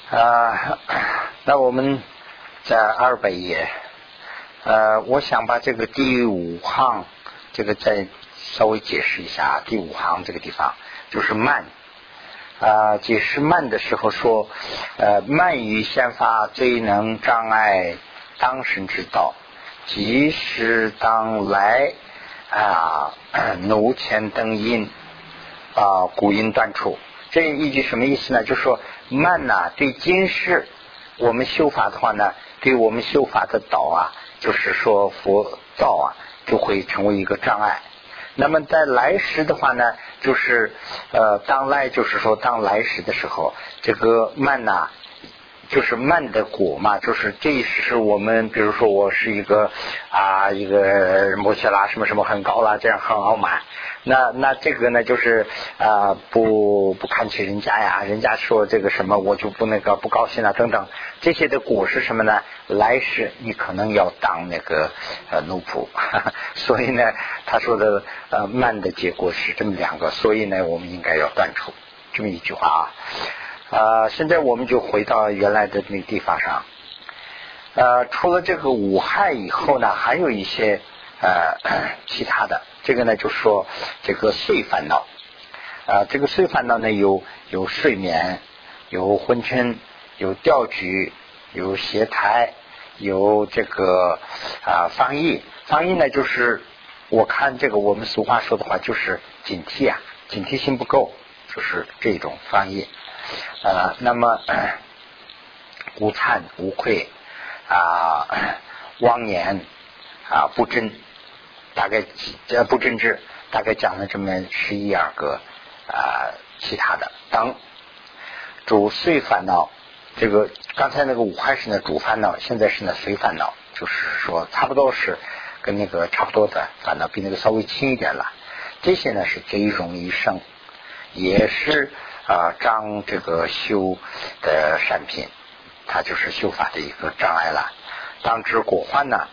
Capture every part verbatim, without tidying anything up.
啊，那我们在二百页，呃，我想把这个第五行这个再稍微解释一下。第五行这个地方就是慢啊，解释慢的时候说，呃，慢于先发最能障碍当身之道，即使当来啊奴前登音啊古音断处。这一句什么意思呢？就是说慢呐、啊，对今世我们修法的话呢，对我们修法的道啊，就是说佛道啊，就会成为一个障碍。那么在来时的话呢，就是呃，当来就是说当来时的时候，这个慢呐、啊，就是慢的果嘛，就是这是我们比如说我是一个啊一个摩羯啦什么什么很高啦，这样很傲慢，那那这个呢就是啊不不看起人家呀，人家说这个什么我就不那个不高兴了等等，这些的果是什么呢？来世你可能要当那个呃奴仆，所以呢他说的呃慢的结果是这么两个，所以呢我们应该要断除这么一句话啊。呃，现在我们就回到原来的那个地方上。呃，除了这个五害以后呢，还有一些呃其他的。这个呢，就说这个睡烦恼。啊、呃，这个睡烦恼呢，有有睡眠，有昏嗔，有钓局，有邪胎，有这个啊、呃、方意。方意呢，就是我看这个我们俗话说的话，就是警惕啊，警惕心不够，就是这种方意。呃，那么无惭无愧啊，妄言啊，不真，大概呃不真知，大概讲了这么十一二个啊，其他的等主随烦恼。这个刚才那个五害是呢主烦恼，现在是呢随烦恼，就是说差不多是跟那个差不多的烦恼，比那个稍微轻一点了。这些呢是最容易生，也是啊，障这个修的善品，它就是修法的一个障碍了。当知果患呢，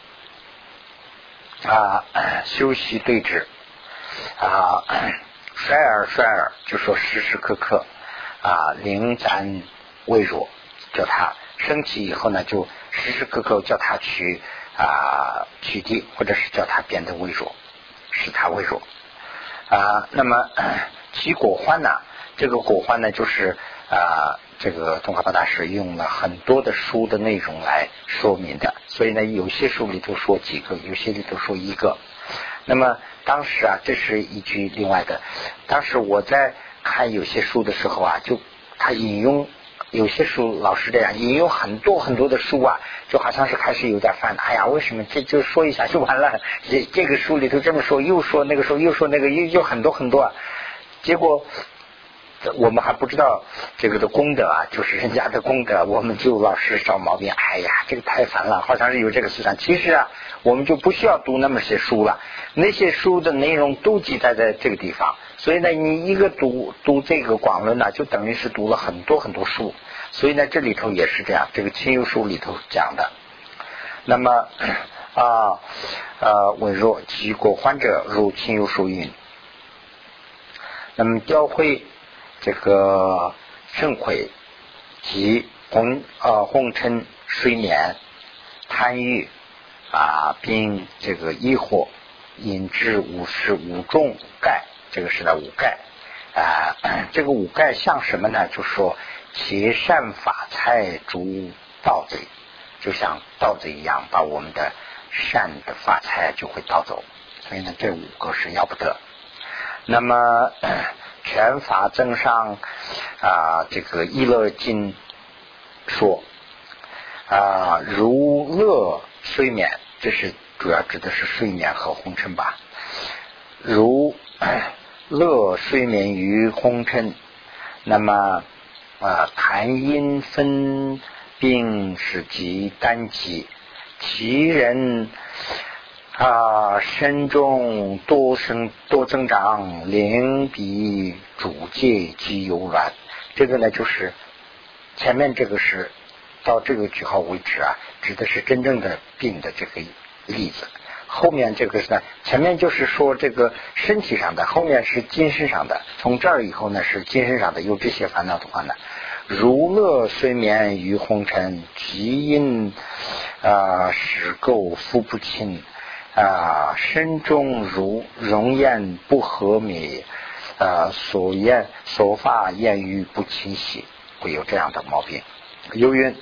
啊，修习对治啊，衰尔衰尔，就说时时刻刻啊，灵咱微弱，叫他升起以后呢，就时时刻刻叫他去啊取缔，或者是叫他变得微弱，使他微弱啊。那么其果患呢？这个果患呢，就是啊、呃，这个宗喀巴大师用了很多的书的内容来说明的，所以呢，有些书里头说几个，有些里头说一个。那么当时啊，这是一句另外的。当时我在看有些书的时候啊，就他引用有些书，老师这样引用很多很多的书啊，就好像是开始有点烦。哎呀，为什么这就说一下就完了？这这个书里头这么说，又说那个说，又说那个，又又很多很多、啊，结果。我们还不知道这个的功德啊，就是人家的功德，我们就老是找毛病。哎呀，这个太烦了，好像是有这个思想。其实啊，我们就不需要读那么些书了，那些书的内容都记载在这个地方。所以呢，你一个读读这个广论呢，就等于是读了很多很多书。所以呢，这里头也是这样，这个亲友书里头讲的。那么啊呃，文若即果患者，如亲友书云。那么教会。这个肾亏及红呃红尘睡眠贪欲啊，并这个疑惑引致五十五种盖，这个是呢五盖啊。这个五盖像什么呢？就说其善法财诸盗贼，就像盗贼一样，把我们的善的法财就会盗走。所以呢，这五个是要不得。那么全法增上啊，这个依乐经说啊，如乐睡眠，这是主要指的是睡眠和红尘吧。如乐睡眠于红尘，那么啊，痰阴分病是及单极，其人。啊，身中多生多增长，灵比主界及有软。这个呢，就是前面这个是到这个句号为止啊，指的是真正的病的这个例子。后面这个是呢，前面就是说这个身体上的，后面是精神上的。从这儿以后呢，是精神上的有这些烦恼的话呢， 如乐睡眠于红尘，极因啊使垢复不清啊，身中如容颜不和美啊，所言所发言语不清晰，会有这样的毛病。由于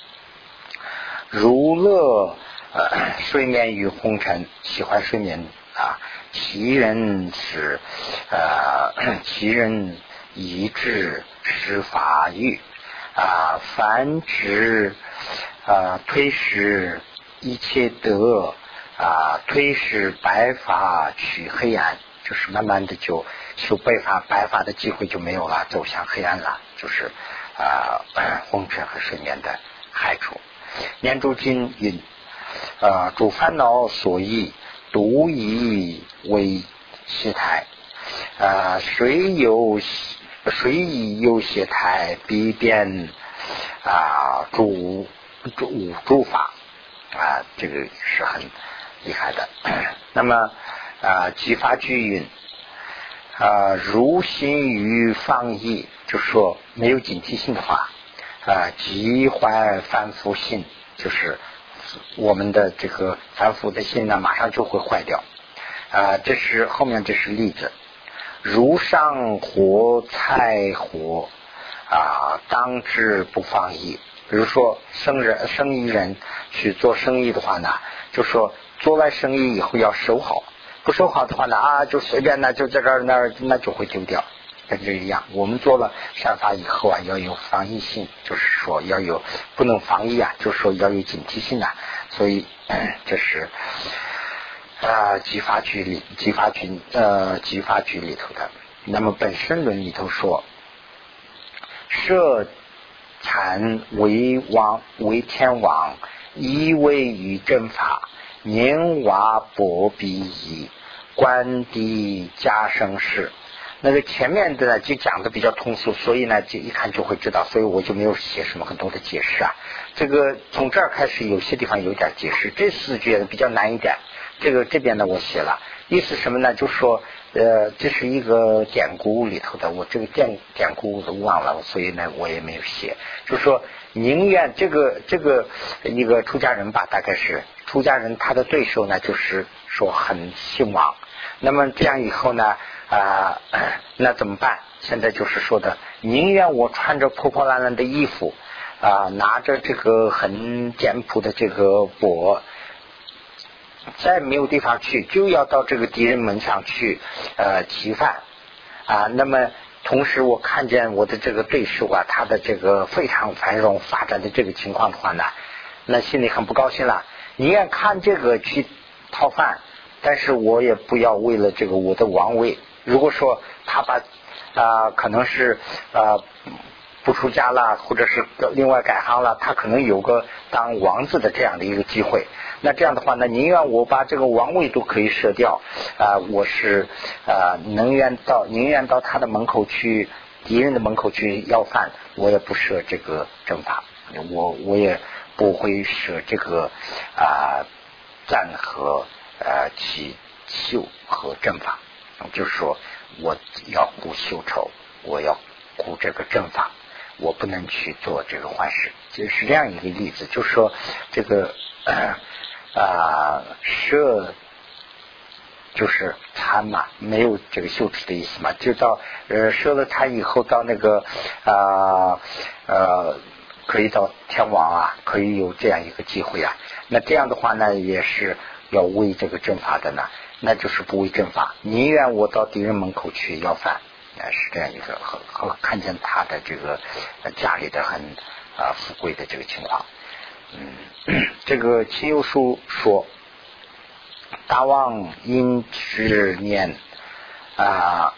如乐呃睡眠于红尘，喜欢睡眠啊，其人是呃其人以致失法欲啊，凡指啊推使一切得啊，推使白发取黑暗，就是慢慢的就修白发白发的机会就没有了，走向黑暗了，就是啊红尘和睡眠的害处。念珠经云啊，诸烦恼所依，独以为邪台啊，谁有谁以有邪台，必变啊诸诸诸法啊，这个是很厉害的。那么啊，集法句云啊，如心于放逸，就是说没有警惕性的话啊，即坏反复心，就是我们的这个反复的心呢，马上就会坏掉啊。这是后面这是例子，如上火菜火啊，当之不放逸。比如说生人生意人去做生意的话呢，就说做完生意以后要收好，不收好的话呢啊，就随便呢就在这儿那儿，那就会丢掉。跟这一样，我们做了善法以后啊，要有防御性，就是说要有不能防御啊，就是说要有警惕性啊。所以这是啊集法句里集法句呃集法句里头的。那么本身论里头说，设禅为王为天王，依为于正法，宁瓦薄比夷，观地加生事。那个前面的呢就讲的比较通俗，所以呢就一看就会知道，所以我就没有写什么很多的解释啊。这个从这儿开始有些地方有点解释，这四句比较难一点，这个这边呢我写了，意思什么呢？就说呃这是一个典故里头的，我这个典典故我都忘了，所以呢我也没有写。就说宁愿这个这个一个出家人吧，大概是出家人，他的对手呢就是说很兴旺，那么这样以后呢啊、呃，那怎么办？现在就是说的，宁愿我穿着破破烂烂的衣服啊、呃，拿着这个很简朴的这个钵，再没有地方去，就要到这个敌人门上去呃乞饭啊。那么同时我看见我的这个对手啊，他的这个非常繁荣发展的这个情况的话呢，那心里很不高兴了，宁愿看这个去讨饭，但是我也不要为了这个我的王位。如果说他把啊、呃、可能是啊、呃、不出家了，或者是另外改行了，他可能有个当王子的这样的一个机会，那这样的话呢，宁愿我把这个王位都可以舍掉啊、呃，我是啊、呃、能愿到宁愿到他的门口去，敌人的门口去要饭，我也不舍这个正法，我我也不会舍这个啊赞和呃祈修和正法。就是说我要顾修丑，我要顾这个正法，我不能去做这个坏事。就是这样一个例子，就是说这个啊舍就是禅嘛，没有这个羞耻的意思嘛，就到呃舍了禅以后到那个啊 呃, 呃可以到天王啊，可以有这样一个机会啊。那这样的话呢，也是要为这个正法的呢。那就是不为正法，宁愿我到敌人门口去要饭，呃、是这样一个和和看见他的这个、呃、家里的很啊、呃、富贵的这个情况。嗯，这个秦有书说，大王因之念啊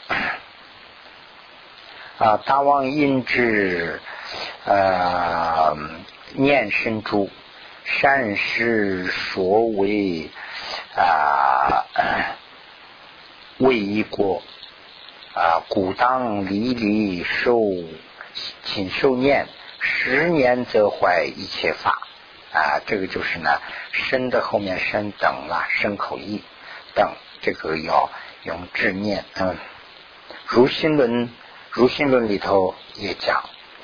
啊，大王因之呃念深诸，善事所为。啊，为一国啊，故当离离受请受念，十年则坏一切法啊。这个就是呢，身的后面身等啦，身口意等，这个要用智念。嗯，如心论，如心论里头也讲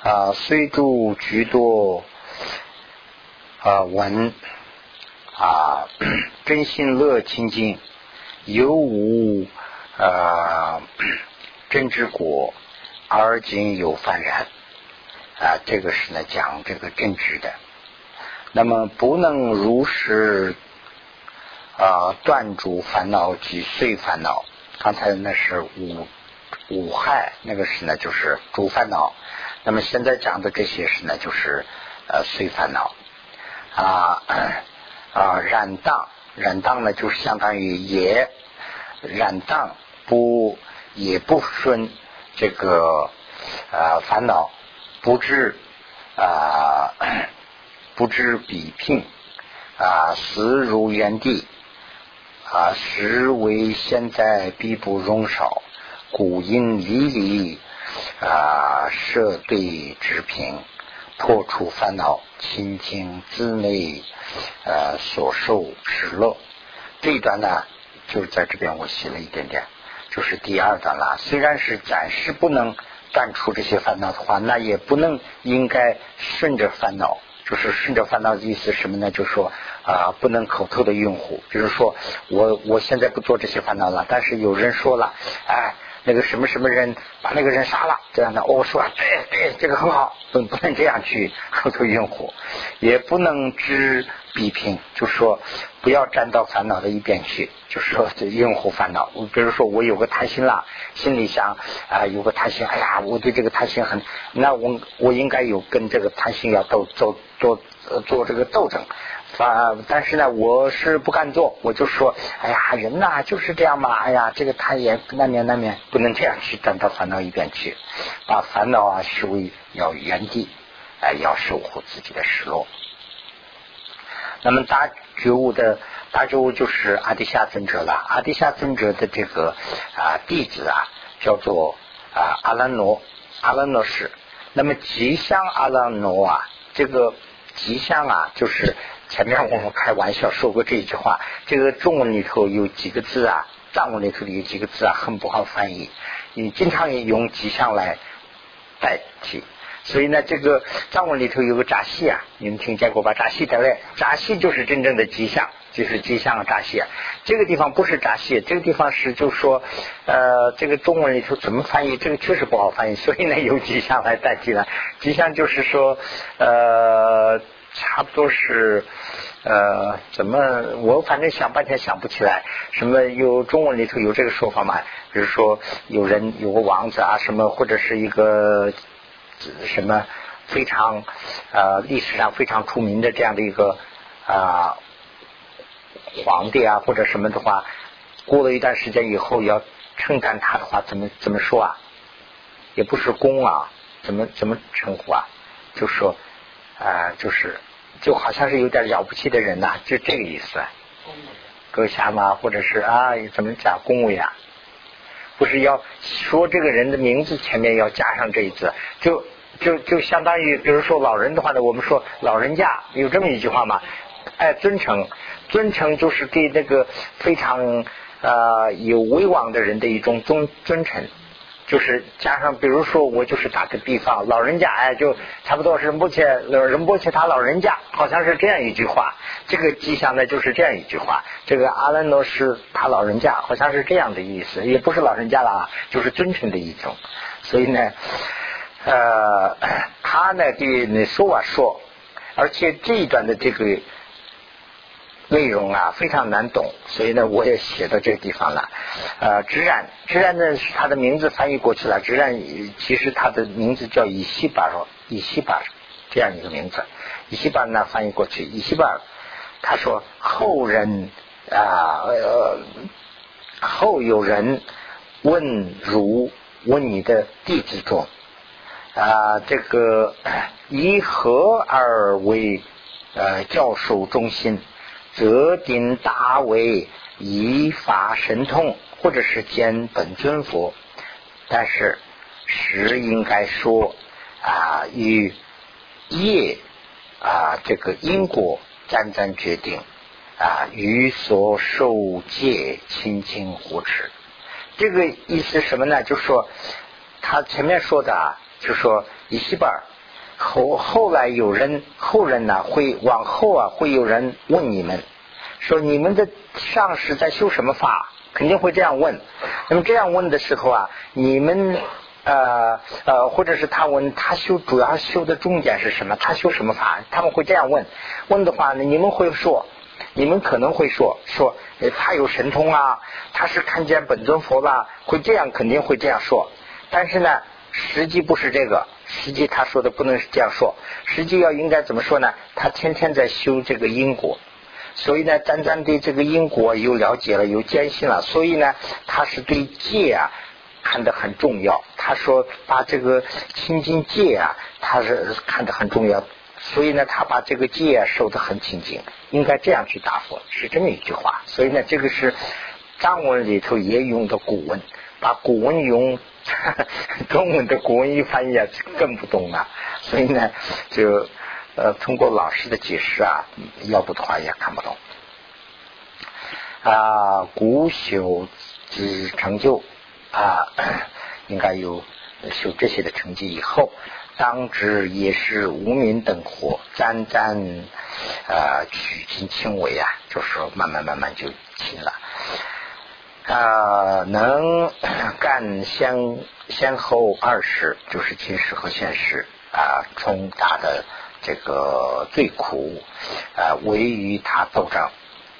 啊，虽诸居多啊闻啊真心乐清净，犹无啊真知果，而今有幡然啊，这个是呢讲这个真知的。那么不能如实啊断除烦恼及碎烦恼，刚才那是五五害，那个是呢就是诸烦恼。那么现在讲的这些是呢就是呃碎烦恼啊啊染当，染当呢就是相当于也染当不也不顺这个呃烦恼，不知啊不知比拼啊死如原地啊实为现在必不容少，故因离离啊设对直平，破除烦恼，清净自内呃所受实乐。这一段呢就是在这边我写了一点点，就是第二段了。虽然是暂时不能断除这些烦恼的话，那也不能应该顺着烦恼，就是顺着烦恼的意思是什么呢？就是说啊、呃，不能口头的拥护，比如说我我现在不做这些烦恼了，但是有人说了，哎，那个什么什么人把那个人杀了，这样的，我说对对，这个很好，不不能这样去口头拥护，也不能只比拼，就是说不要站到烦恼的一边去，就是说这拥护烦恼。比如说我有个贪心了，心里想啊、呃、有个贪心，哎呀，我对这个贪心很，那我我应该有跟这个贪心要斗斗做做做这个斗争。啊，但是呢，我是不敢做，我就说，哎呀，人呐就是这样嘛，哎呀，这个他也难免难免，不能这样去站到烦恼一边去，把烦恼啊视为要原地，哎、呃，要守护自己的失落。那么大觉悟的大觉悟就是阿底夏尊者了，阿底夏尊者的这个啊弟子啊叫做啊阿兰罗，阿兰罗是。那么吉祥阿兰罗啊，这个吉祥啊就是前面我们开玩笑说过这一句话，这个中文里头有几个字啊，藏文里头有几个字啊很不好翻译，你经常用吉祥来代替。所以呢，这个藏文里头有个扎西啊，你们听见过吧？扎西的嘞，扎西就是真正的吉祥，就是吉祥扎西。这个地方不是扎西，这个地方是就说，呃，这个中文里头怎么翻译？这个确实不好翻译，所以呢，由吉祥来代替了。吉祥就是说，呃，差不多是。呃，怎么我反正想半天想不起来，什么有中文里头有这个说法嘛？比如说有人有个王子啊，什么或者是一个什么非常呃历史上非常出名的这样的一个啊、呃、皇帝啊或者什么的话，过了一段时间以后要称赞他的话，怎么怎么说啊？也不是公啊，怎么怎么称呼啊？就说啊、呃、就是。就好像是有点了不起的人呐、啊，就这个意思。阁下嘛，或者是啊，怎么讲恭维啊？不是要说这个人的名字前面要加上这一字，就就就相当于，比如说老人的话呢，我们说老人家有这么一句话嘛，哎，尊称，尊称就是对那个非常呃有威望的人的一种尊尊称。就是加上，比如说我就是打个比方，老人家哎，就差不多是仁波切，仁波切他老人家，好像是这样一句话。这个吉祥呢就是这样一句话。这个阿兰诺是他老人家，好像是这样的意思，也不是老人家了啊，就是尊称的一种。所以呢，呃，他呢对你说啊说，而且这一段的这个内容啊非常难懂，所以呢我也写到这个地方了。呃，直染，直染呢是他的名字翻译过去了，直染其实他的名字叫以西巴罗，以西巴这样一个名字。以西巴呢翻译过去，以西巴他说后人啊呃后有人问如问你的弟子中啊这个以何而为呃教授中心，则定大为以法神通，或者是见本尊佛，但是实应该说啊与业啊这个因果沾沾决定啊与所受戒亲亲护持。这个意思什么呢？就是说他前面说的啊就说一西本后后来有人后人呢、啊、会往后啊会有人问你们说你们的上师在修什么法，肯定会这样问。那么这样问的时候啊，你们呃呃或者是他问他修主要修的重点是什么，他修什么法，他们会这样问。问的话呢，你们会说，你们可能会说说他有神通啊，他是看见本尊佛吧，会这样，肯定会这样说。但是呢实际不是这个，实际他说的不能是这样说，实际要应该怎么说呢？他天天在修这个因果，所以呢单单对这个因果有了解了，有坚信了，所以呢他是对戒啊看得很重要。他说把这个清净戒啊他是看得很重要，所以呢他把这个戒啊守得很清净，应该这样去答复，是这么一句话。所以呢这个是藏文里头也用的古文，把古文用中文的古文一翻译啊更不懂了，所以呢就呃通过老师的解释啊，要不的话也看不懂啊。古修之成就啊，应该有修这些的成绩以后，当知也是无名灯火，沾沾呃取经轻微啊，就是说慢慢慢慢就轻了。啊，能干先先后二世，就是今世和现世啊，重大的这个罪苦啊，为于他斗争。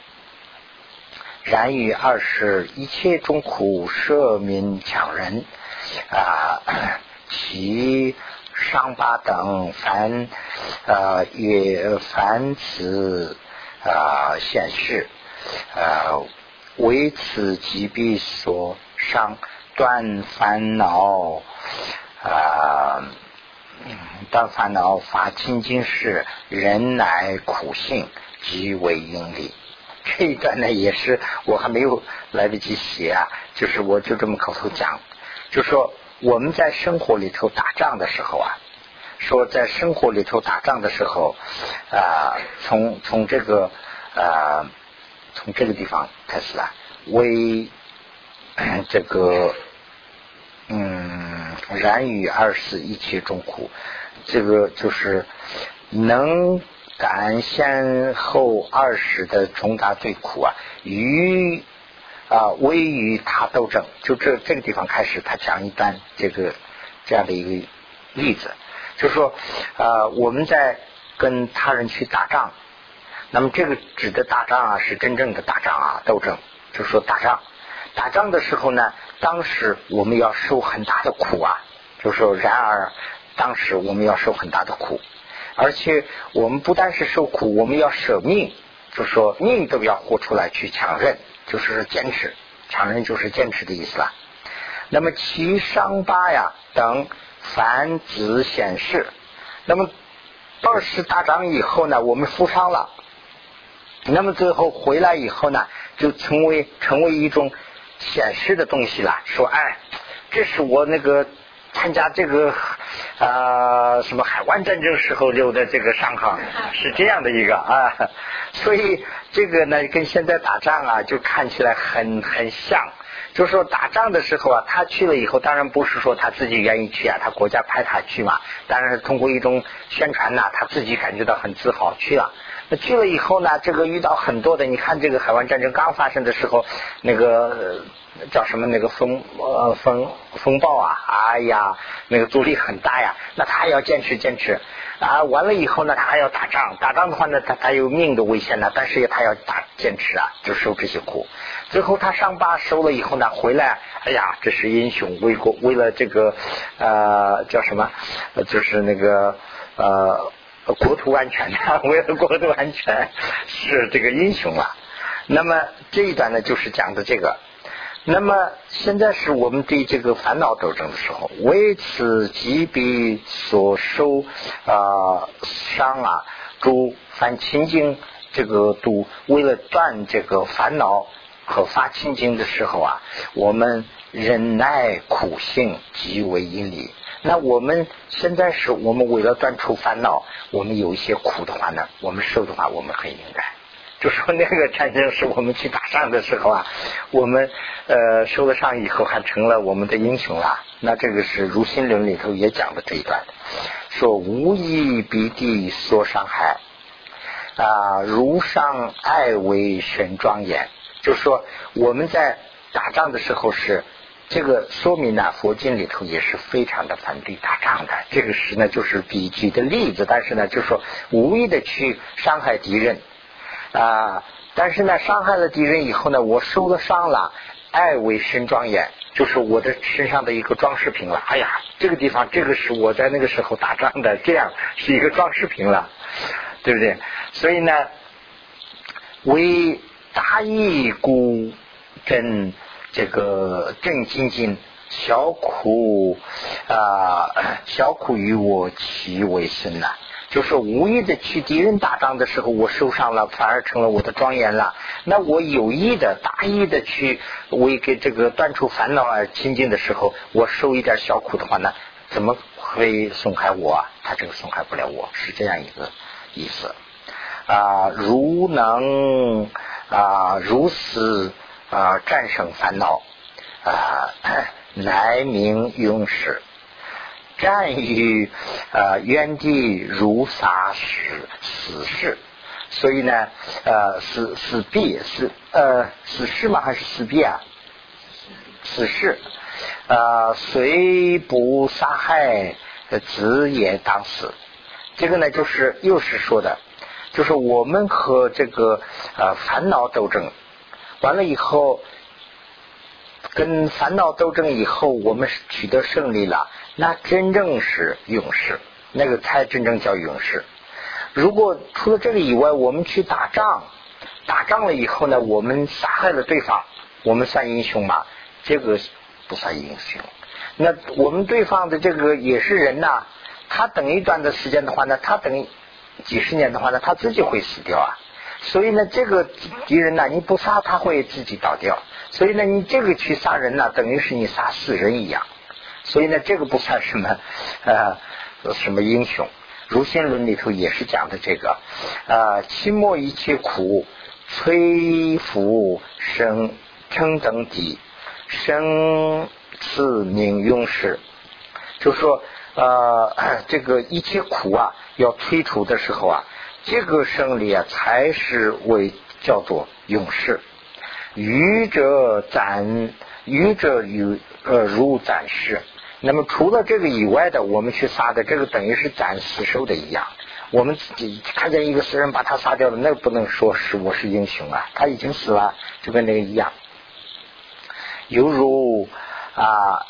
然于二世一切众苦赦民强人啊，其伤疤等凡呃也凡此啊现世啊。为此疾病所伤，断烦恼啊，断烦恼发清净事，人乃苦性，即为因理。这一段呢也是我还没有来得及写啊，就是我就这么口头讲，就说我们在生活里头打仗的时候啊，说在生活里头打仗的时候啊，从从这个啊。从这个地方开始啊，为这个嗯然于二世一切众苦，这个就是能感先后二世的重大罪苦啊，于啊为于他斗争，就这这个地方开始，他讲一段这个这样的一个例子，就说啊我们在跟他人去打仗。那么这个指的打仗啊，是真正的打仗啊，斗争，就说打仗。打仗的时候呢，当时我们要受很大的苦啊，就说然而当时我们要受很大的苦，而且我们不但是受苦，我们要舍命，就说命都要活出来去强韧，就是坚持，强韧就是坚持的意思啦。那么其伤疤呀等凡子显示，那么二次打仗以后呢，我们负伤了。那么最后回来以后呢，就成为成为一种显示的东西了。说，哎，这是我那个参加这个呃什么海湾战争时候留的这个伤痕，是这样的一个啊。所以这个呢，跟现在打仗啊，就看起来很很像。就是说打仗的时候啊，他去了以后，当然不是说他自己愿意去啊，他国家派他去嘛，当然是通过一种宣传呐、啊，他自己感觉到很自豪去了。那去了以后呢，这个遇到很多的，你看这个海湾战争刚发生的时候，那个叫什么那个风呃风风暴啊，哎呀，那个阻力很大呀，那他还要坚持坚持啊，完了以后呢，他还要打仗，打仗的话呢，他他有命的危险呢，但是也他要打坚持啊，就受这些苦。最后他伤疤收了以后呢，回来，哎呀，这是英雄，为国为了这个呃叫什么，就是那个呃。国土安全啊，为了国土安全是这个英雄了。那么这一段呢，就是讲的这个。那么现在是我们对这个烦恼斗争的时候，为此疾病所受啊、呃、伤啊，诸凡清净这个度，为了断这个烦恼和发清净的时候啊，我们忍耐苦性极为因理。那我们现在是我们为了断除烦恼，我们有一些苦的话呢，我们受的话我们很应该， 就说那个战争是我们去打仗的时候啊，我们呃受了伤以后还成了我们的英雄了。那这个是如心论里头也讲的这一段，说无以彼地所伤害啊，如上爱为神庄严。就是说我们在打仗的时候是这个说明呢，佛经里头也是非常的反对打仗的。这个是呢就是比举的例子，但是呢就是说无意的去伤害敌人啊，但是呢伤害了敌人以后呢，我受了伤了，爱为身庄严，就是我的身上的一个装饰品了。哎呀，这个地方这个是我在那个时候打仗的，这样是一个装饰品了，对不对？所以呢为大义故真这个正精进小苦啊、呃，小苦于我其为身呐。就是无意的去敌人打仗的时候，我受伤了，反而成了我的庄严了。那我有意的大意的去为给这个断除烦恼而亲近的时候，我受一点小苦的话呢，怎么会损害我啊？他这个损害不了我，是这样一个意思啊。如能啊如此啊战胜烦恼啊，乃名勇士。战于呃原地如杀死死士，所以呢呃死死毙死呃死士吗还是死毙啊？死士呃虽不杀害子也当死。这个呢就是又是说的，就是我们和这个呃烦恼斗争完了以后，跟烦恼斗争以后，我们取得胜利了，那真正是勇士，那个才真正叫勇士。如果除了这个以外，我们去打仗，打仗了以后呢，我们杀害了对方，我们算英雄吗？这个不算英雄。那我们对方的这个也是人呐，他等一段的时间的话呢，他等几十年的话呢，他自己会死掉啊。所以呢，这个敌人呢，你不杀他会自己倒掉。所以呢，你这个去杀人呢，等于是你杀死人一样。所以呢，这个不算什么呃什么英雄。如心论里头也是讲的这个呃期末一切苦，摧伏生称等底，生次名勇士。就说呃这个一切苦啊要摧除的时候啊，这个胜利啊才是为叫做勇士。愚者斩愚者如呃如斩尸。那么除了这个以外的，我们去杀的，这个等于是斩死兽的一样。我们自己看见一个死人把他杀掉了，那不能说是我是英雄啊，他已经死了，就跟那个一样。犹如啊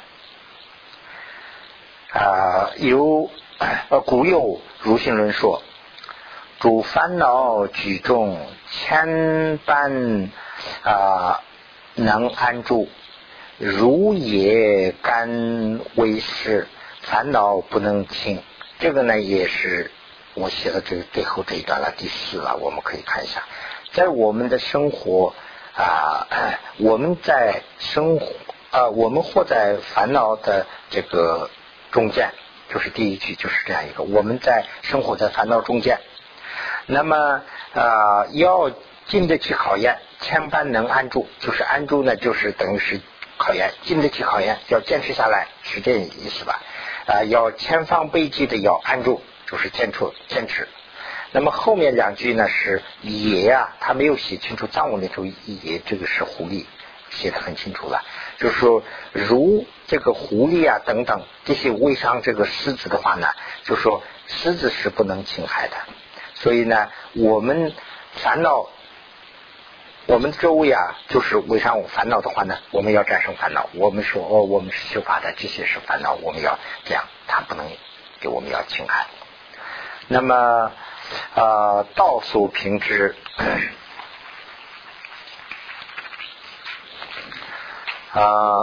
啊有呃古有如心论说，诸烦恼举重千般啊能安住，如也甘为事，烦恼不能轻。这个呢也是我写的这个最后这一段了，第四了，我们可以看一下。在我们的生活啊、呃，我们在生活啊、呃，我们活在烦恼的这个中间，就是第一句就是这样一个，我们在生活在烦恼中间。那么呃，要经得起考验，千般能安住，就是安住呢，就是等于是考验，经得起考验，要坚持下来，是这意思吧？啊、呃，要千方百计的要安住，就是坚持坚持。那么后面两句呢是也啊，他没有写清楚，藏文里头也这个是狐狸，写得很清楚了，就是说如这个狐狸啊等等这些为伤这个狮子的话呢，就是说狮子是不能侵害的。所以呢，我们烦恼，我们周围啊，就是为伤烦恼的话呢，我们要战胜烦恼。我们说哦，我们是修法的，这些是烦恼，我们要这样，它不能给我们要侵害。那么呃，道所平之啊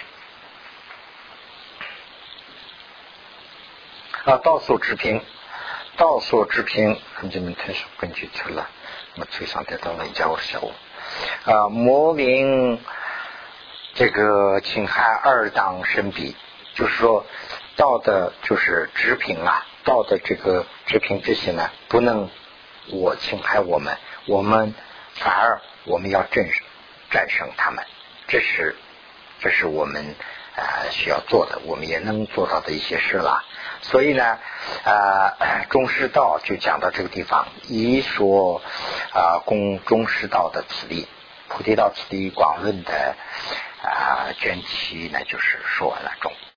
啊，道所之平。道所之平，很久没开始根据去了，我推上得到了一家我小屋啊，魔灵这个侵害二当身比，就是说道的就是直平啊，道的这个直平这些呢，不能我侵害我们， 我们反而我们要战胜战胜他们，这是这是我们呃需要做的，我们也能做到的一些事了。所以呢呃中师道就讲到这个地方，一说啊、呃、供中师道的此地，菩提道此地广论的啊卷七呢就是说完了中。